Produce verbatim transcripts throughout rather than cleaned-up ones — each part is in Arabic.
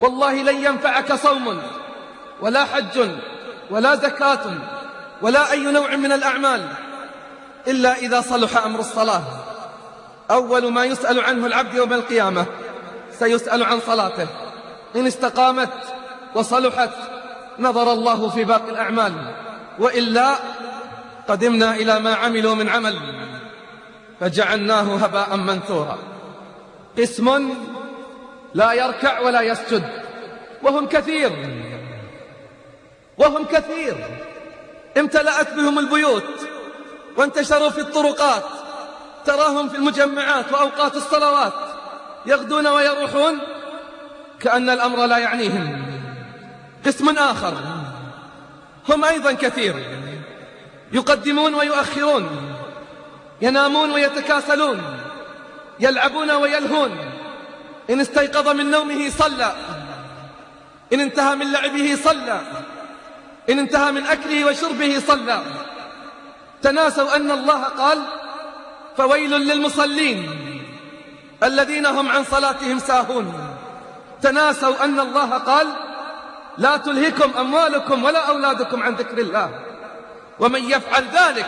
والله لن ينفعك صوم ولا حج ولا زكاة ولا أي نوع من الأعمال إلا إذا صلح أمر الصلاة. أول ما يسأل عنه العبد يوم القيامة سيسأل عن صلاته، إن استقامت وصلحت نظر الله في باقي الأعمال، وإلا قدمنا إلى ما عملوا من عمل فجعلناه هباء منثورا. قسم لا يركع ولا يسجد، وهم كثير وهم كثير امتلأت بهم البيوت وانتشروا في الطرقات، تراهم في المجمعات وأوقات الصلوات يغدون ويروحون كأن الأمر لا يعنيهم. قسم آخر هم أيضا كثير، يقدمون ويؤخرون، ينامون ويتكاسلون، يلعبون ويلهون، إن استيقظ من نومه صلى، إن انتهى من لعبه صلى، إن انتهى من أكله وشربه صلى. تناسوا أن الله قال: فويل للمصلين الذين هم عن صلاتهم ساهون. تناسوا أن الله قال: لا تلهكم أموالكم ولا أولادكم عن ذكر الله، ومن يفعل ذلك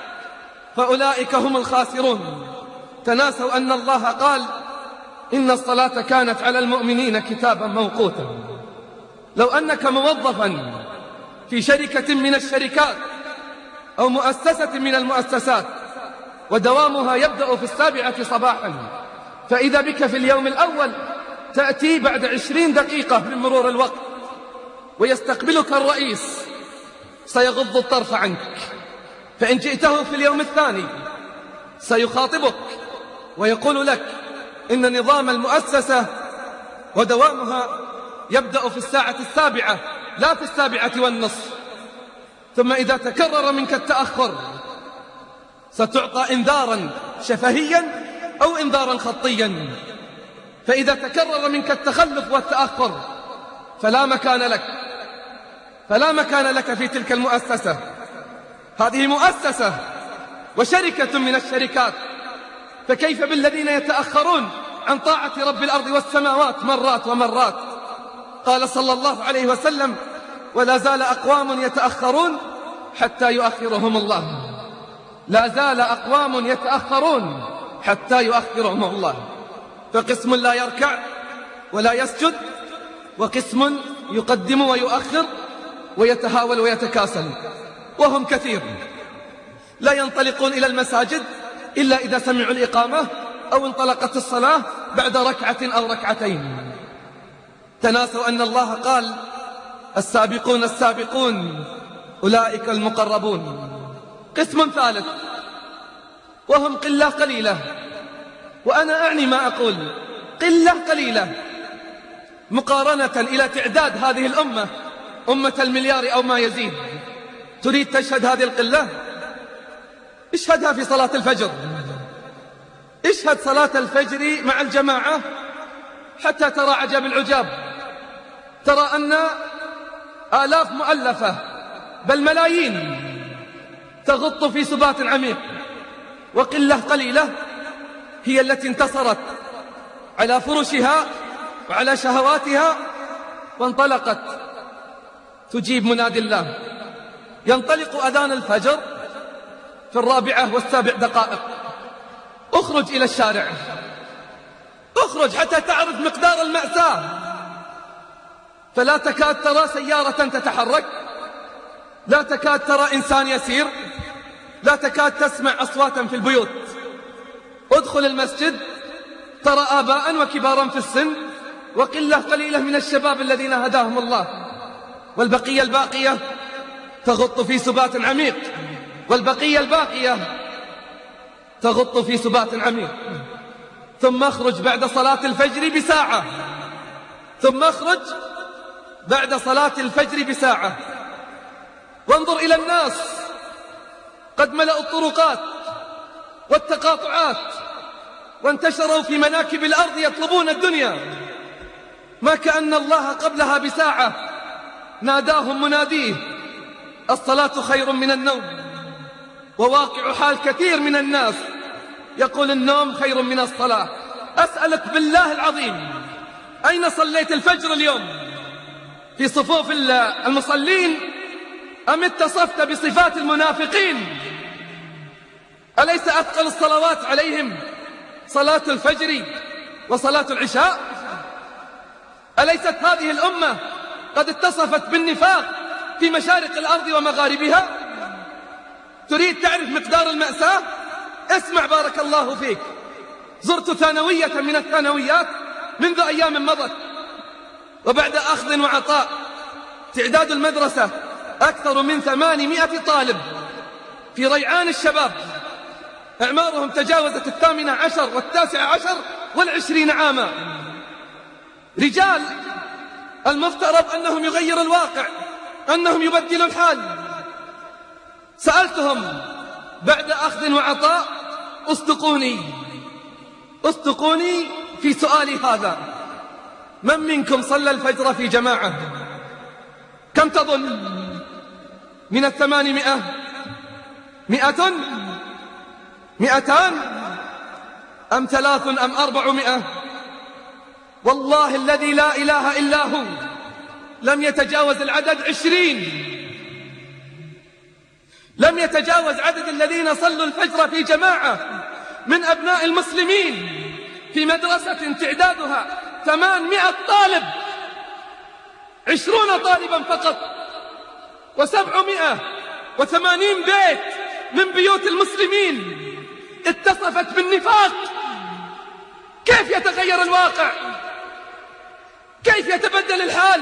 فأولئك هم الخاسرون. تناسوا أن الله قال: إن الصلاة كانت على المؤمنين كتابا موقوتا. لو أنك موظفا في شركة من الشركات أو مؤسسة من المؤسسات ودوامها يبدأ في السابعة صباحا، فإذا بك في اليوم الأول تأتي بعد عشرين دقيقة من مرور الوقت ويستقبلك الرئيس سيغض الطرف عنك، فإن جئته في اليوم الثاني سيخاطبك ويقول لك إن نظام المؤسسة ودوامها يبدأ في الساعة السابعة لا في السابعة والنصف. ثم إذا تكرر منك التأخر ستعطى إنذارا شفهيا أو إنذارا خطيا. فإذا تكرر منك التخلف والتأخر فلا مكان لك فلا مكان لك في تلك المؤسسة. هذه مؤسسة وشركة من الشركات، فكيف بالذين يتأخرون عن طاعة رب الأرض والسماوات مرات ومرات؟ قال صلى الله عليه وسلم: ولا زال أقوام يتأخرون حتى يؤخرهم الله. لا زال أقوام يتأخرون حتى يؤخرهم الله. فقسم لا يركع ولا يسجد، وقسم يقدم ويؤخر ويتهاول ويتكاسل، وهم كثير لا ينطلقون إلى المساجد إلا إذا سمعوا الإقامة أو انطلقت الصلاة بعد ركعة أو ركعتين. تناسوا أن الله قال: السابقون السابقون أولئك المقربون. قسم ثالث وهم قلة قليلة، وأنا أعني ما أقول، قلة قليلة مقارنة إلى تعداد هذه الأمة، أمة المليار أو ما يزيد. تريد تشهد هذه القلة؟ اشهدها في صلاة الفجر. اشهد صلاة الفجر مع الجماعة حتى ترى عجب العجاب. ترى أن آلاف مؤلفة بل ملايين تغط في سبات عميق، وقلة قليلة هي التي انتصرت على فرشها وعلى شهواتها وانطلقت تجيب منادي الله. ينطلق أذان الفجر في الرابعة والسابع دقائق. اخرج إلى الشارع، اخرج حتى تعرف مقدار المأساة. فلا تكاد ترى سيارة تتحرك، لا تكاد ترى إنسان يسير، لا تكاد تسمع أصواتا في البيوت. ادخل المسجد ترى آباء وكبارا في السن وقلة قليلة من الشباب الذين هداهم الله، والبقية الباقية تغط في سبات عميق، والبقية الباقية تغط في سبات عميق. ثم اخرج بعد صلاة الفجر بساعة ثم اخرج بعد صلاة الفجر بساعة وانظر إلى الناس قد ملأوا الطرقات والتقاطعات وانتشروا في مناكب الأرض يطلبون الدنيا، ما كأن الله قبلها بساعة ناداهم مناديه: الصلاة خير من النوم. وواقع حال كثير من الناس يقول النوم خير من الصلاة. أسألك بالله العظيم أين صليت الفجر اليوم؟ في صفوف المصلين أم اتصفت بصفات المنافقين؟ أليس أثقل الصلوات عليهم صلاة الفجر وصلاة العشاء؟ أليست هذه الأمة قد اتصفت بالنفاق في مشارق الأرض ومغاربها؟ تريد تعرف مقدار المأساة؟ اسمع بارك الله فيك. زرت ثانوية من الثانويات منذ أيام مضت، وبعد أخذ وعطاء تعداد المدرسة أكثر من ثمانمائة طالب في ريعان الشباب، أعمارهم تجاوزت الثامنة عشر والتاسع عشر والعشرين عاما، رجال المفترض أنهم يغيروا الواقع، أنهم يبدلوا الحال. سألتهم بعد أخذ وعطاء: اصدقوني اصدقوني في سؤالي هذا، من منكم صلى الفجر في جماعة؟ كم تظن؟ من الثمانمائة مئة؟ مئتان؟ أم ثلاث أم أربعمائة؟ والله الذي لا إله إلا هو لم يتجاوز العدد عشرين، لم يتجاوز عدد الذين صلوا الفجر في جماعة من أبناء المسلمين في مدرسة تعدادها ثمانمائة طالب، عشرون طالبا فقط، وسبعمائة وثمانين بيت من بيوت المسلمين اتصفت بالنفاق. كيف يتغير الواقع؟ كيف يتبدل الحال؟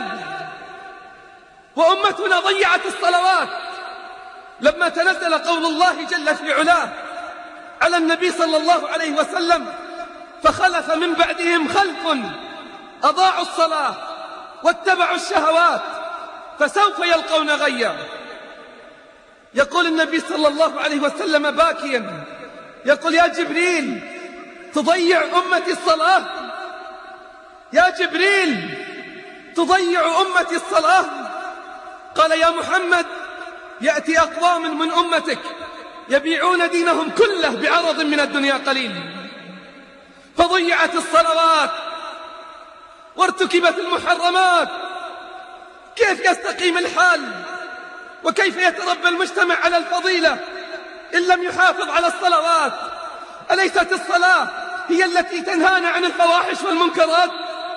وأمتنا ضيعت الصلوات. لما تنزل قول الله جل في علاه على النبي صلى الله عليه وسلم: فخلف من بعدهم خلف أضاعوا الصلاة واتبعوا الشهوات فسوف يلقون غيا. يقول النبي صلى الله عليه وسلم باكيا، يقول: يا جبريل تضيع أمتي الصلاة؟ يا جبريل تضيع أمتي الصلاة؟ قال: يا محمد يأتي أقوام من أمتك يبيعون دينهم كله بعرض من الدنيا قليل. فضيعت الصلوات وارتكبت المحرمات. كيف يستقيم الحال وكيف يتربى المجتمع على الفضيلة إن لم يحافظ على الصلوات؟ أليست الصلاة هي التي تنهانا عن الفواحش والمنكرات؟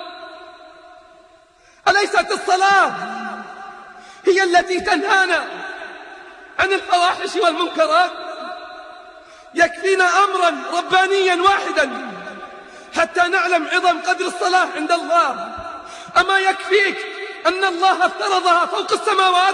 أليست الصلاة هي التي تنهانا عن الفواحش والمنكرات؟ يكفينا أمرا ربانيا واحدا حتى نعلم عظم قدر الصلاة عند الله. أما يكفيك أن الله افترضها فوق السماوات؟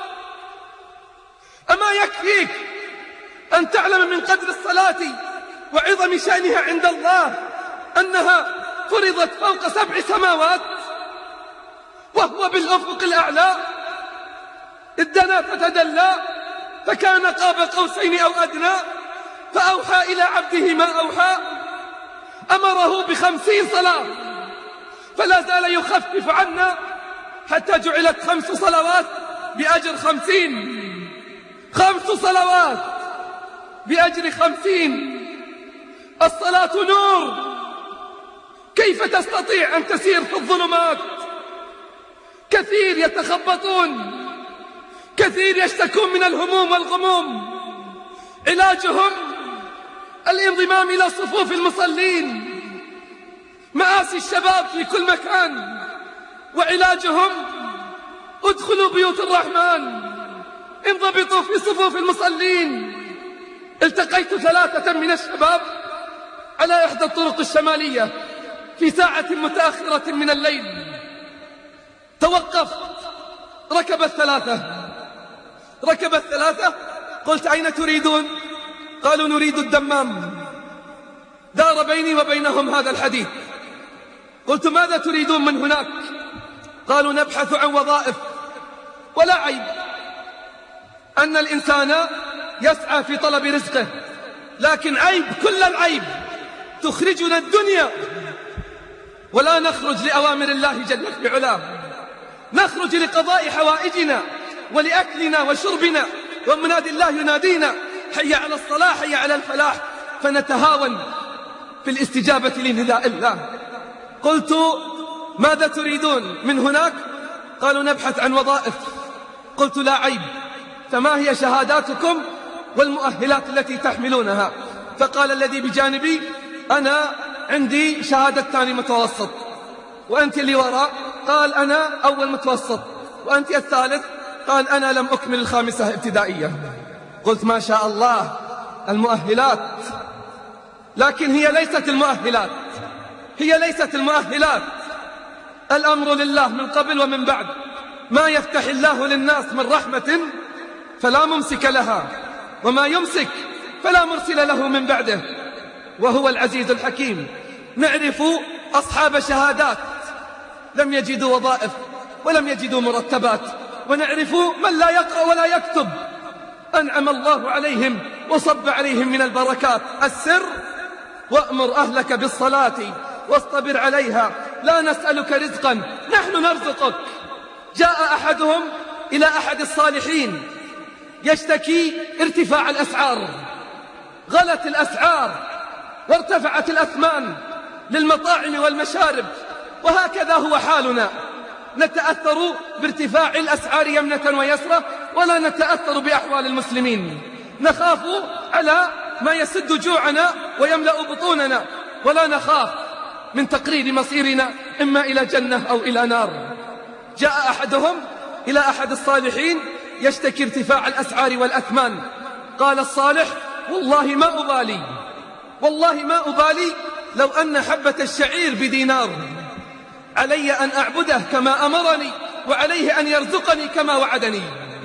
أما يكفيك أن تعلم من قدر الصلاة وعظم شأنها عند الله أنها فرضت فوق سبع سماوات وهو بالأفق الأعلى؟ إذ دنا فتدلى فكان قاب قوسين أو أدنى فأوحى إلى عبده ما أوحى. أمره بخمسين صلاة فلا زال يخفف عنا حتى جعلت خمس صلوات بأجر خمسين، خمس صلوات بأجر خمسين. الصلاة نور، كيف تستطيع أن تسير في الظلمات؟ كثير يتخبطون، كثير يشتكون من الهموم والغموم، علاجهم الانضمام إلى صفوف المصلين. مآسي الشباب في كل مكان، وعلاجهم ادخلوا بيوت الرحمن، انضبطوا في صفوف المصلين. التقيت ثلاثة من الشباب على إحدى الطرق الشمالية في ساعة متأخرة من الليل. توقفت، ركب الثلاثة ركب الثلاثة قلت: أين تريدون؟ قالوا: نريد الدمام. دار بيني وبينهم هذا الحديث. قلت: ماذا تريدون من هناك؟ قالوا: نبحث عن وظائف. ولا عيب أن الإنسان يسعى في طلب رزقه، لكن عيب كل العيب تخرجنا الدنيا ولا نخرج لأوامر الله جل في علاه. نخرج لقضاء حوائجنا ولأكلنا وشربنا، ومنادي الله ينادينا: حي على الصلاة، حي على الفلاح، فنتهاون في الاستجابة لنداء الله. قلت: ماذا تريدون من هناك؟ قالوا نبحث عن وظائف. قلت لا عيب، فما هي شهاداتكم والمؤهلات التي تحملونها؟ فقال الذي بجانبي أنا عندي شهادة ثاني متوسط. وأنت اللي وراء؟ قال أنا أول متوسط. وأنت الثالث؟ قال أنا لم أكمل الخامسة ابتدائية. قلت ما شاء الله المؤهلات، لكن هي ليست المؤهلات، هي ليست المؤهلات. الأمر لله من قبل ومن بعد. ما يفتح الله للناس من رحمة فلا ممسك لها، وما يمسك فلا مرسل له من بعده، وهو العزيز الحكيم. نعرف أصحاب شهادات لم يجدوا وظائف ولم يجدوا مرتبات، ونعرف من لا يقرأ ولا يكتب أنعم الله عليهم وصب عليهم من البركات. السر: وأمر أهلك بالصلاة واصطبر عليها لا نسألك رزقا نحن نرزقك. جاء أحدهم إلى أحد الصالحين يشتكي ارتفاع الأسعار، غلت الأسعار وارتفعت الأثمان للمطاعم والمشارب، وهكذا هو حالنا. نتأثر بارتفاع الأسعار يمنة ويسرة ولا نتأثر بأحوال المسلمين. نخاف على ما يسد جوعنا ويملأ بطوننا، ولا نخاف من تقرير مصيرنا إما إلى جنة أو إلى نار. جاء أحدهم إلى أحد الصالحين يشتكي ارتفاع الأسعار والأثمان. قال الصالح: والله ما أبالي، والله ما أبالي لو أن حبة الشعير بدينار، علي أن أعبده كما أمرني وعليه أن يرزقني كما وعدني.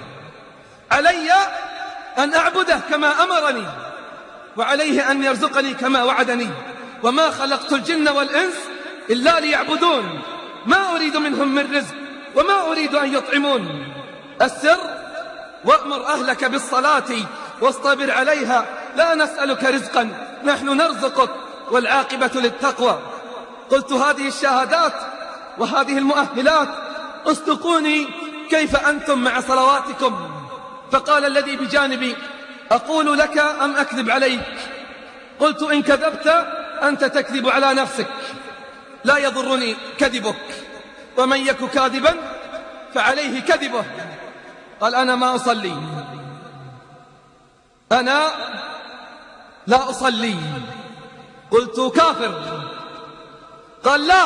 علي أن أعبده كما أمرني وعليه أن يرزقني كما وعدني. وما خلقت الجن والإنس إلا ليعبدون، ما أريد منهم من رزق وما أريد أن يطعمون. السر: وأمر أهلك بالصلاة واصطبر عليها لا نسألك رزقا نحن نرزقك والعاقبة للتقوى. قلت هذه الشهادات وهذه المؤهلات اصدقوني كيف أنتم مع صلواتكم. فقال الذي بجانبي: أقول لك أم أكذب عليك؟ قلت إن كذبت أنت تكذب على نفسك، لا يضرني كذبك، ومن يك كاذبا فعليه كذبه. قال أنا ما أصلي، أنا لا أصلي. قلت كافر. قال لا.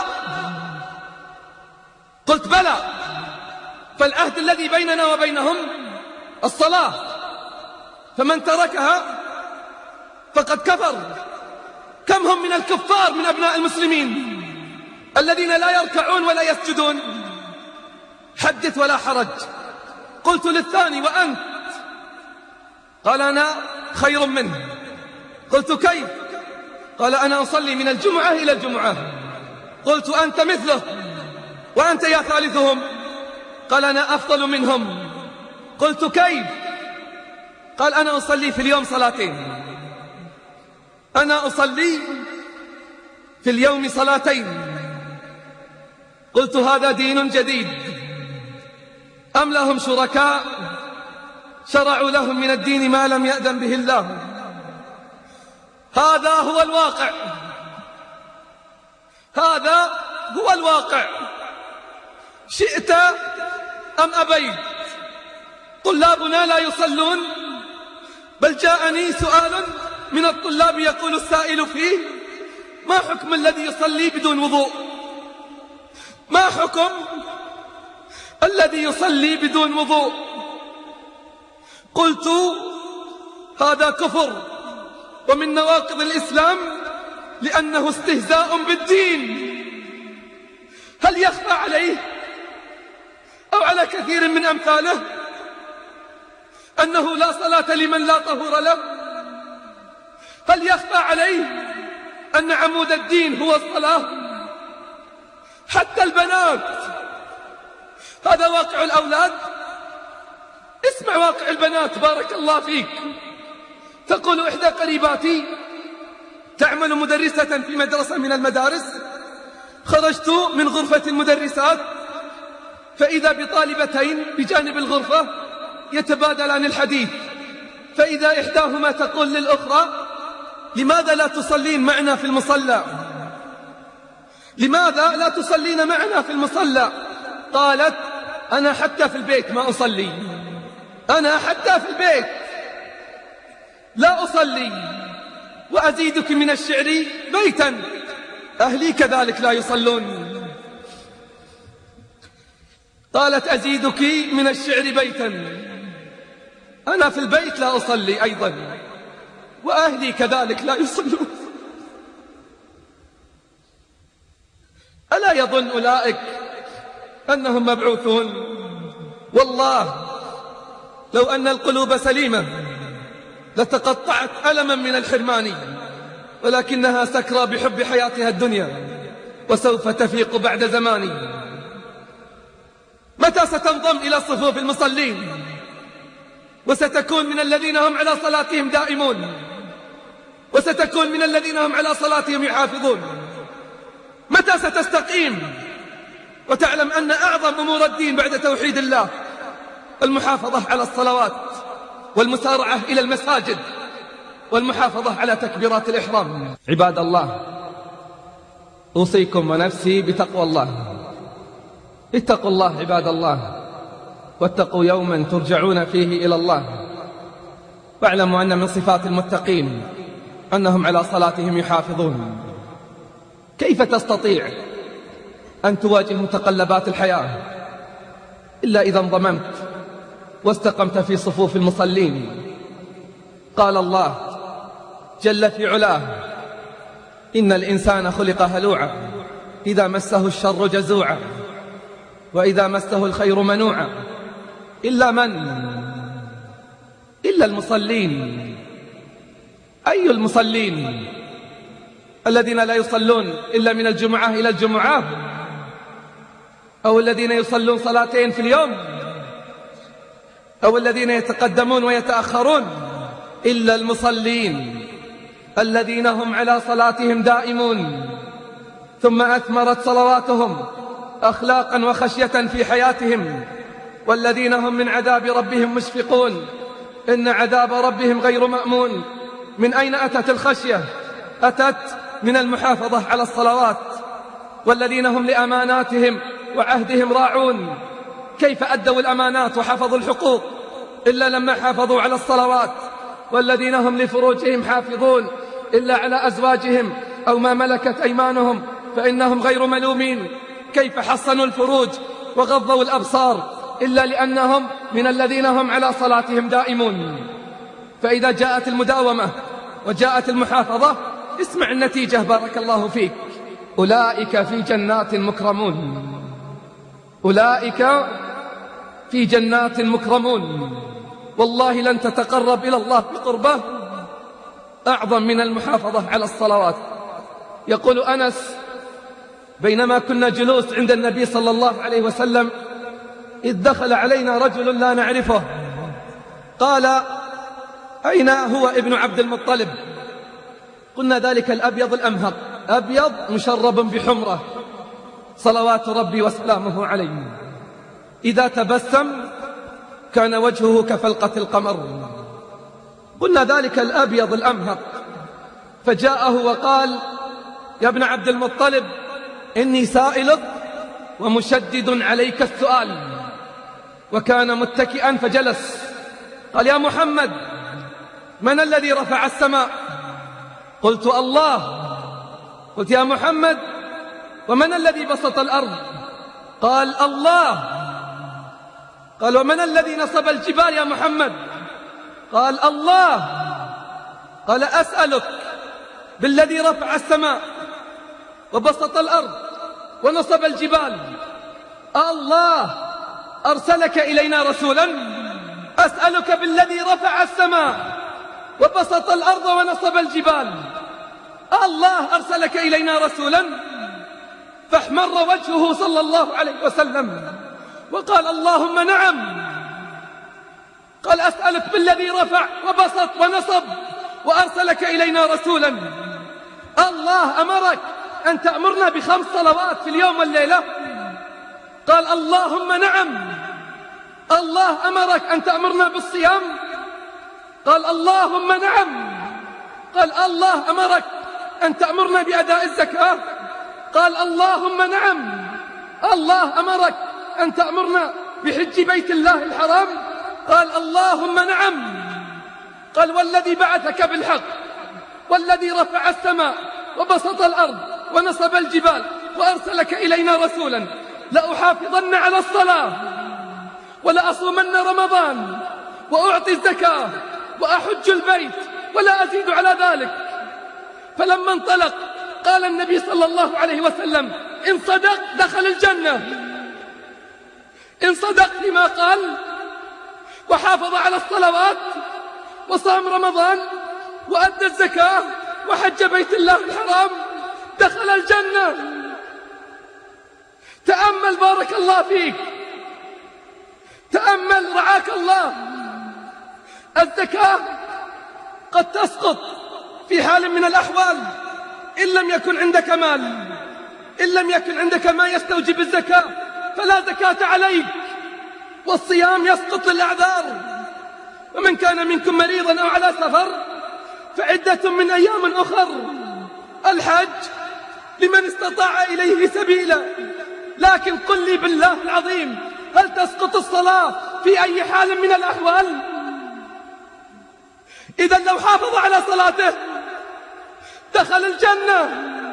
قلت بلى، فالعهد الذي بيننا وبينهم الصلاة، فمن تركها فقد كفر. كم هم من الكفار من أبناء المسلمين الذين لا يركعون ولا يسجدون؟ حدث ولا حرج. قلت للثاني: وأنت؟ قال أنا خير منه. قلت كيف؟ قال أنا أصلي من الجمعة إلى الجمعة. قلت أنت مثله؟ وأنت يا ثالثهم؟ قال أنا أفضل منهم. قلت كيف؟ قال أنا أصلي في اليوم صلاتين. أنا أصلي في اليوم صلاتين. قلت هذا دين جديد أم لهم شركاء شرعوا لهم من الدين ما لم يأذن به الله؟ هذا هو الواقع، هذا هو الواقع، شئت أم أبيت. طلابنا لا يصلون، بل جاءني سؤال من الطلاب يقول السائل فيه: ما حكم الذي يصلي بدون وضوء؟ ما حكم الذي يصلي بدون وضوء؟ قلت هذا كفر ومن نواقض الإسلام، لأنه استهزاء بالدين. هل يخفى عليه أو على كثير من أمثاله أنه لا صلاة لمن لا طهور له؟ هل يخفى عليه أن عمود الدين هو الصلاة؟ حتى البنات، هذا واقع الأولاد. اسمع واقع البنات بارك الله فيك. تقول إحدى قريباتي تعمل مدرسة في مدرسة من المدارس: خرجت من غرفة المدرسات فإذا بطالبتين بجانب الغرفة يتبادلان الحديث، فإذا إحداهما تقول للأخرى: لماذا لا تصلين معنا في المصلى؟ لماذا لا تصلين معنا في المصلى؟ قالت أنا حتى في البيت ما أصلي، أنا حتى في البيت لا أصلي. وأزيدك من الشعر بيتا، أهلي كذلك لا يصلون. قالت أزيدك من الشعر بيتا، أنا في البيت لا أصلي أيضا، وأهلي كذلك لا يصلون. ألا يظن أولئك أنهم مبعوثون؟ والله لو أن القلوب سليمة لتقطعت ألما من الحرمان، ولكنها سكرى بحب حياتها الدنيا وسوف تفيق بعد زمان. متى ستنضم إلى صفوف المصلين وستكون من الذين هم على صلاتهم دائمون، وستكون من الذين هم على صلاتهم يحافظون؟ متى ستستقيم وتعلم أن أعظم أمور الدين بعد توحيد الله المحافظة على الصلوات والمسارعة إلى المساجد والمحافظة على تكبيرات الإحرام؟ عباد الله، أوصيكم ونفسي بتقوى الله. اتقوا الله عباد الله، واتقوا يوما ترجعون فيه إلى الله، واعلموا أن من صفات المتقين أنهم على صلاتهم يحافظون. كيف تستطيع أن تواجه متقلبات الحياة إلا إذا انضممت واستقمت في صفوف المصلين؟ قال الله جل في علاه إن الإنسان خلق هلوعا إذا مسه الشر جزوعا وإذا مسه الخير منوعا إلا من؟ إلا المصلين. أي المصلين؟ الذين لا يصلون إلا من الجمعة إلى الجمعة، أو الذين يصلون صلاتين في اليوم، أو الذين يتقدمون ويتأخرون؟ إلا المصلين الذين هم على صلاتهم دائمون، ثم أثمرت صلواتهم أخلاقا وخشية في حياتهم، والذين هم من عذاب ربهم مشفقون. إن عذاب ربهم غير مأمون. من أين أتت الخشية؟ أتت من المحافظة على الصلوات. والذين هم لأماناتهم وعهدهم راعون. كيف أدوا الأمانات وحفظوا الحقوق إلا لما حافظوا على الصلوات؟ والذين هم لفروجهم حافظون إلا على أزواجهم أو ما ملكت أيمانهم فإنهم غير ملومين. كيف حصنوا الفروج وغضوا الأبصار إلا لأنهم من الذين هم على صلاتهم دائمون؟ فإذا جاءت المداومة وجاءت المحافظة، اسمع النتيجة بارك الله فيك. أولئك في جنات مكرمون، أولئك في جنات مكرمون. والله لن تتقرب إلى الله بقربه أعظم من المحافظة على الصلوات. يقول أنس بينما كنا جلوس عند النبي صلى الله عليه وسلم إذ دخل علينا رجل لا نعرفه، قال أين هو ابن عبد المطلب؟ قلنا ذلك الأبيض الأمهق، أبيض مشرب بحمرة صلوات ربي وسلامه عليه، إذا تبسم كان وجهه كفلقة القمر. قلنا ذلك الأبيض الأمهق، فجاءه وقال يا ابن عبد المطلب إني سائلك ومشدد عليك السؤال. وكان متكئا فجلس. قال يا محمد من الذي رفع السماء؟ قلت الله. قلت يا محمد ومن الذي بسط الأرض؟ قال الله. قال ومن الذي نصب الجبال يا محمد؟ قال الله. قال أسألك بالذي رفع السماء وبسط الأرض ونصب الجبال، الله أرسلك إلينا رسولا؟ أسألك بالذي رفع السماء وبسط الأرض ونصب الجبال، الله أرسلك إلينا رسولا؟ فاحمر وجهه صلى الله عليه وسلم وقال اللهم نعم. قال أسألك بالذي رفع وبسط ونصب وأرسلك إلينا رسولا، الله أمرك أن تأمرنا بخمس صلوات في اليوم والليلة؟ قال اللهم نعم. الله أمرك أن تأمرنا بالصيام؟ قال اللهم نعم. قال الله أمرك أن تأمرنا بأداء الزكاة؟ قال اللهم نعم، الله أمرك أن تأمرنا بحج بيت الله الحرام؟ قال اللهم نعم. قال والذي بعثك بالحق والذي رفع السماء وبسط الأرض ونصب الجبال وأرسلك إلينا رسولا لأحافظن على الصلاة ولأصومن رمضان وأعطي الزكاة وأحج البيت ولا أزيد على ذلك. فلما انطلق قال النبي صلى الله عليه وسلم إن صدق دخل الجنة، إن صدق فيما قال وحافظ على الصلوات وصام رمضان وأدى الزكاة وحج بيت الله الحرام دخل الجنة. تأمل بارك الله فيك، تأمل رعاك الله. الزكاة قد تسقط في حال من الأحوال إن لم يكن عندك مال، إن لم يكن عندك ما يستوجب الزكاة فلا زكاة عليك. والصيام يسقط للأعذار. ومن كان منكم مريضا أو على سفر فعدة من أيام أخر. الحج لمن استطاع إليه سبيلا. لكن قل لي بالله العظيم، هل تسقط الصلاة في أي حال من الأحوال؟ إذا لو حافظ على صلاته دخل الجنة.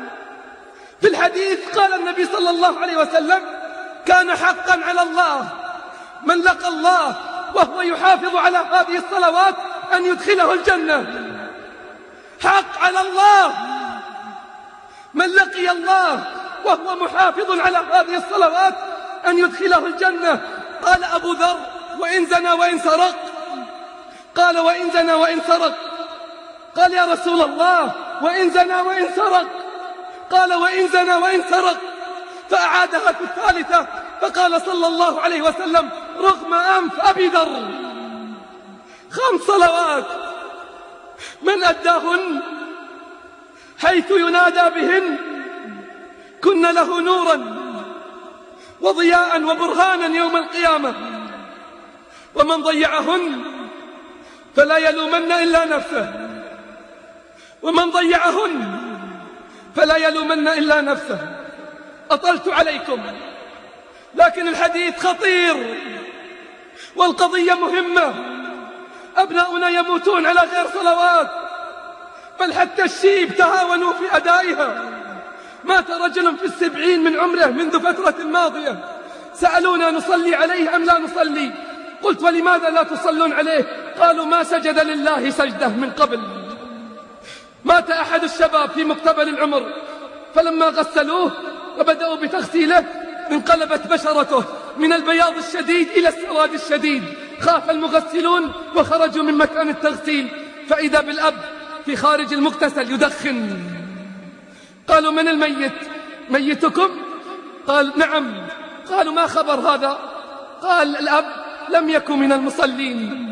في الحديث قال النبي صلى الله عليه وسلم كان حقا على الله من لقى الله وهو يحافظ على هذه الصلوات أن يدخله الجنة. حق على الله من لقي الله وهو محافظ على هذه الصلوات أن يدخله الجنة. قال أبو ذر وإن زنى وإن سرق؟ قال وإن زنى وإن سرق. قال يا رسول الله وإن زنى وإن سرق؟ قال وإن زنى وإن سرق. فأعادها في الثالثة فقال صلى الله عليه وسلم رغم أنف أبي ذر خمس صلوات من أداهن حيث ينادى بهن كن له نورا وضياء وبرهانا يوم القيامة، ومن ضيعهن فلا يلومن إلا نفسه، ومن ضيعهن فلا يلومن إلا نفسه. أطلت عليكم لكن الحديث خطير والقضية مهمة. أبناؤنا يموتون على غير صلوات، بل حتى الشيب تهاونوا في أدائها. مات رجل في السبعين من عمره منذ فترة ماضية، سألونا نصلي عليه أم لا نصلي؟ قلت ولماذا لا تصلون عليه؟ قالوا ما سجد لله سجدة من قبل. مات أحد الشباب في مقتبل العمر، فلما غسلوه وبدأوا بتغسيله انقلبت بشرته من البياض الشديد إلى السواد الشديد. خاف المغسلون وخرجوا من مكان التغسيل، فإذا بالأب في خارج المغتسل يدخن. قالوا من الميت؟ ميتكم؟ قال نعم. قالوا ما خبر هذا؟ قال الأب لم يكن من المصلين.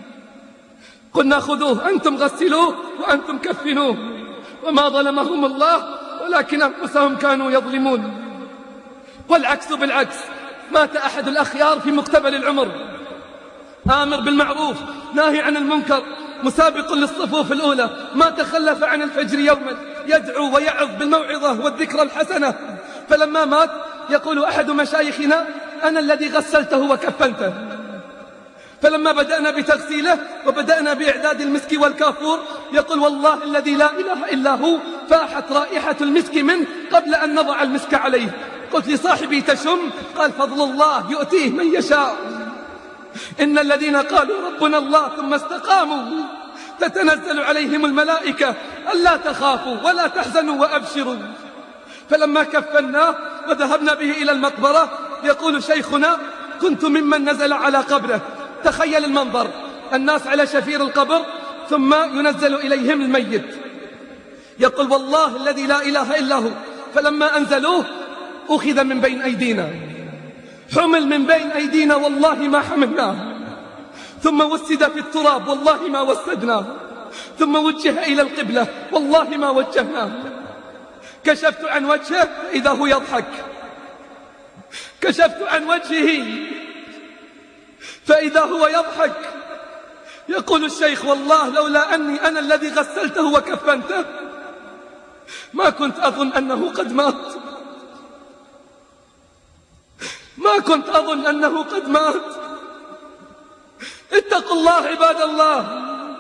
قلنا خذوه أنتم غسلوه وأنتم كفنوه. وما ظلمهم الله ولكن أنفسهم كانوا يظلمون. والعكس بالعكس، مات أحد الأخيار في مقتبل العمر، آمر بالمعروف ناهي عن المنكر مسابق للصفوف الأولى، ما تخلف عن الفجر يوما يدعو ويعظ بالموعظة والذكرى الحسنة. فلما مات يقول أحد مشايخنا أنا الذي غسلته وكفنته. فلما بدأنا بتغسيله وبدأنا بإعداد المسك والكافور يقول والله الذي لا إله إلا هو فاحت رائحة المسك منه قبل أن نضع المسك عليه. قلت لصاحبي تشم؟ قال فضل الله يؤتيه من يشاء. إن الذين قالوا ربنا الله ثم استقاموا تتنزل عليهم الملائكة ألا تخافوا ولا تحزنوا وأبشروا. فلما كفناه وذهبنا به إلى المقبرة يقول شيخنا كنت ممن نزل على قبره. تخيل المنظر، الناس على شفير القبر ثم ينزل إليهم الميت. يقول والله الذي لا إله إلا هو فلما أنزلوه أخذ من بين أيدينا، حمل من بين أيدينا والله ما حملناه، ثم وسد في التراب والله ما وسدناه، ثم وجه إلى القبلة والله ما وجهناه. كشفت عن وجهه إذا هو يضحك، كشفت عن وجهه فإذا هو يضحك. يقول الشيخ والله لولا أني أنا الذي غسلته وكفنته ما كنت أظن أنه قد مات. ما كنت أظن أنه قد مات. اتقوا الله عباد الله،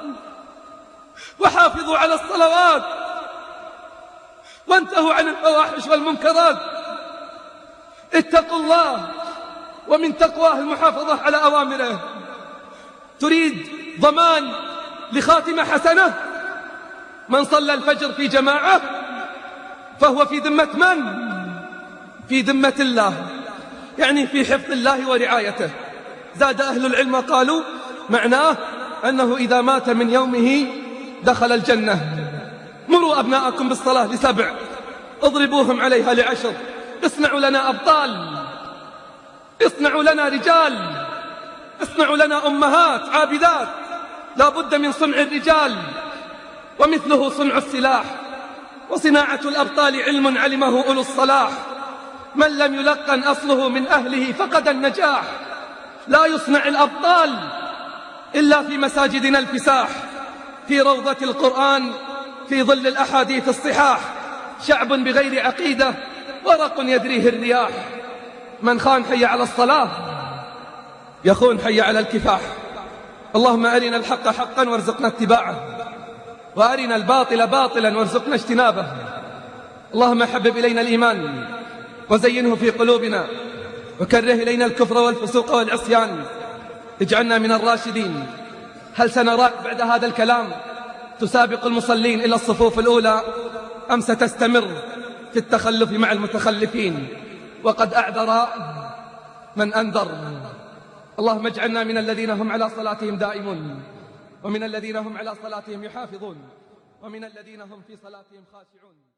وحافظوا على الصلوات، وانتهوا عن الفواحش والمنكرات. اتقوا الله، ومن تقواه المحافظة على أوامره. تريد ضمان لخاتمة حسنة؟ من صلى الفجر في جماعة فهو في ذمة من؟ في ذمة الله، يعني في حفظ الله ورعايته. زاد أهل العلم قالوا معناه أنه إذا مات من يومه دخل الجنة. مروا أبناءكم بالصلاة لسبع، اضربوهم عليها لعشر. اصنعوا لنا أبطال، اصنعوا لنا رجال، اصنعوا لنا أمهات عابدات. لا بد من صنع الرجال، ومثله صنع السلاح. وصناعة الأبطال علم علمه أولو الصلاح. من لم يلقن أصله من أهله فقد النجاح. لا يصنع الأبطال إلا في مساجدنا الفساح، في روضة القرآن، في ظل الأحاديث الصحاح. شعب بغير عقيدة ورق يدريه الرياح. من خان حي على الصلاة يخون حي على الكفاح. اللهم أرنا الحق حقا وارزقنا اتباعه، وأرنا الباطل باطلا وارزقنا اجتنابه. اللهم حبب إلينا الإيمان وزينه في قلوبنا، وكره إلينا الكفر والفسوق والعصيان. اجعلنا من الراشدين. هل سنراك بعد هذا الكلام تسابق المصلين إلى الصفوف الأولى، أم ستستمر في التخلف مع المتخلفين؟ وقد أعذر من أنذر. اللهم اجعلنا من الذين هم على صلاتهم دائمون، ومن الذين هم على صلاتهم يحافظون، ومن الذين هم في صلاتهم خاشعون.